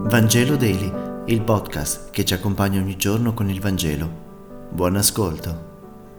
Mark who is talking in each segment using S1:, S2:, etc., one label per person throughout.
S1: Vangelo Daily, il podcast che ci accompagna ogni giorno con il Vangelo. Buon ascolto.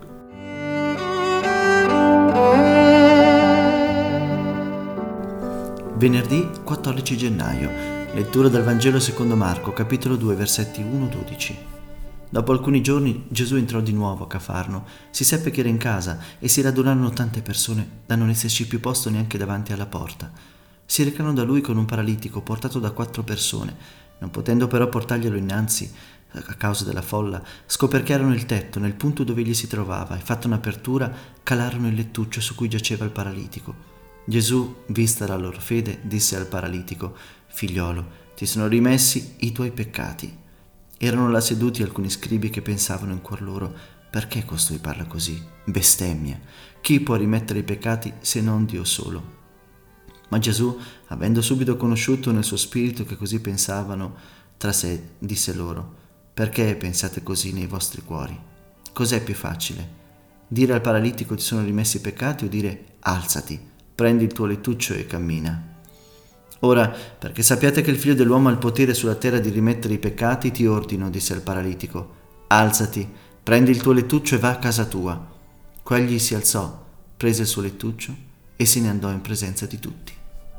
S1: Venerdì 14 gennaio, lettura dal Vangelo secondo Marco, capitolo 2, versetti 1-12. Dopo alcuni giorni Gesù entrò di nuovo a Cafarno, si seppe che era in casa e si radunarono tante persone da non esserci più posto neanche davanti alla porta. Si recarono da lui con un paralitico portato da 4 persone. Non potendo però portarglielo innanzi a causa della folla, scoperchiarono il tetto nel punto dove egli si trovava e, fatta un'apertura, calarono il lettuccio su cui giaceva il paralitico. Gesù, vista la loro fede, disse al paralitico: «Figliolo, ti sono rimessi i tuoi peccati». Erano là seduti alcuni scribi che pensavano in cuor loro: «Perché costui parla così? Bestemmia! Chi può rimettere i peccati se non Dio solo?» Ma Gesù, avendo subito conosciuto nel suo spirito che così pensavano tra sé, disse loro: «Perché pensate così nei vostri cuori? Cos'è più facile? Dire al paralitico ti sono rimessi i peccati o dire alzati, prendi il tuo lettuccio e cammina? Ora, perché sappiate che il Figlio dell'uomo ha il potere sulla terra di rimettere i peccati, ti ordino», disse il paralitico, «alzati, prendi il tuo lettuccio e va a casa tua». Quegli si alzò, prese il suo lettuccio e se ne andò in presenza di tutti.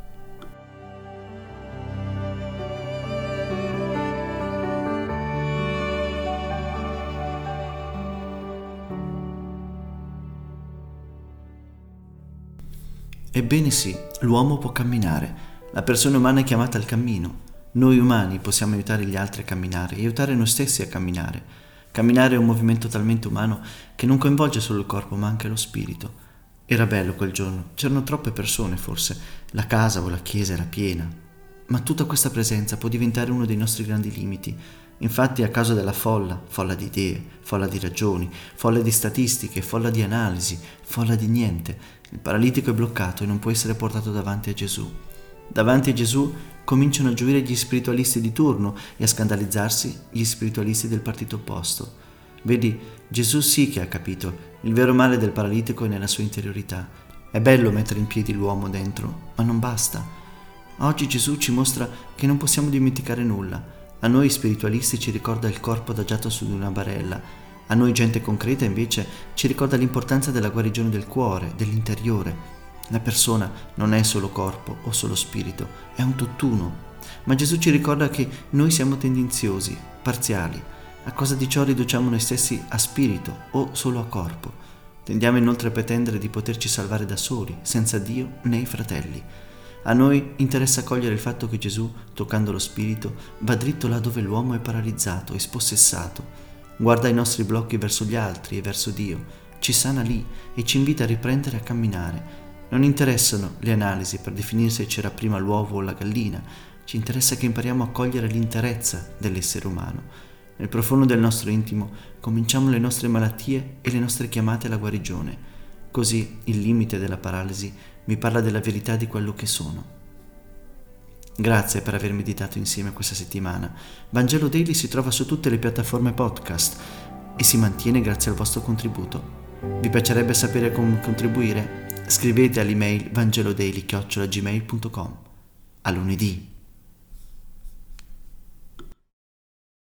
S1: Ebbene sì, l'uomo può camminare. La persona umana è chiamata al cammino. Noi umani possiamo aiutare gli altri a camminare e aiutare noi stessi a camminare. Camminare è un movimento talmente umano che non coinvolge solo il corpo ma anche lo spirito. Era bello quel giorno, c'erano troppe persone forse, la casa o la chiesa era piena. Ma tutta questa presenza può diventare uno dei nostri grandi limiti. Infatti, a causa della folla di idee, folla di ragioni, folla di statistiche, folla di analisi, folla di niente, il paralitico è bloccato e non può essere portato davanti a Gesù. Davanti a Gesù cominciano a gioire gli spiritualisti di turno e a scandalizzarsi gli spiritualisti del partito opposto. Vedi, Gesù sì che ha capito, il vero male del paralitico è nella sua interiorità. È bello mettere in piedi l'uomo dentro, ma non basta. Oggi Gesù ci mostra che non possiamo dimenticare nulla. A noi spiritualisti ci ricorda il corpo adagiato su di una barella. A noi gente concreta invece ci ricorda l'importanza della guarigione del cuore, dell'interiore. La persona non è solo corpo o solo spirito, è un tutt'uno. Ma Gesù ci ricorda che noi siamo tendenziosi, parziali. A causa di ciò riduciamo noi stessi a spirito o solo a corpo. Tendiamo inoltre a pretendere di poterci salvare da soli, senza Dio né i fratelli. A noi interessa cogliere il fatto che Gesù, toccando lo spirito, va dritto là dove l'uomo è paralizzato e spossessato. Guarda i nostri blocchi verso gli altri e verso Dio, ci sana lì e ci invita a riprendere a camminare. Non interessano le analisi per definire se c'era prima l'uovo o la gallina, ci interessa che impariamo a cogliere l'interezza dell'essere umano. Nel profondo del nostro intimo cominciamo le nostre malattie e le nostre chiamate alla guarigione. Così il limite della paralisi mi parla della verità di quello che sono. Grazie per aver meditato insieme questa settimana. Vangelo Daily si trova su tutte le piattaforme podcast e si mantiene grazie al vostro contributo. Vi piacerebbe sapere come contribuire? Scrivete all'email vangelodaily@gmail.com. A lunedì!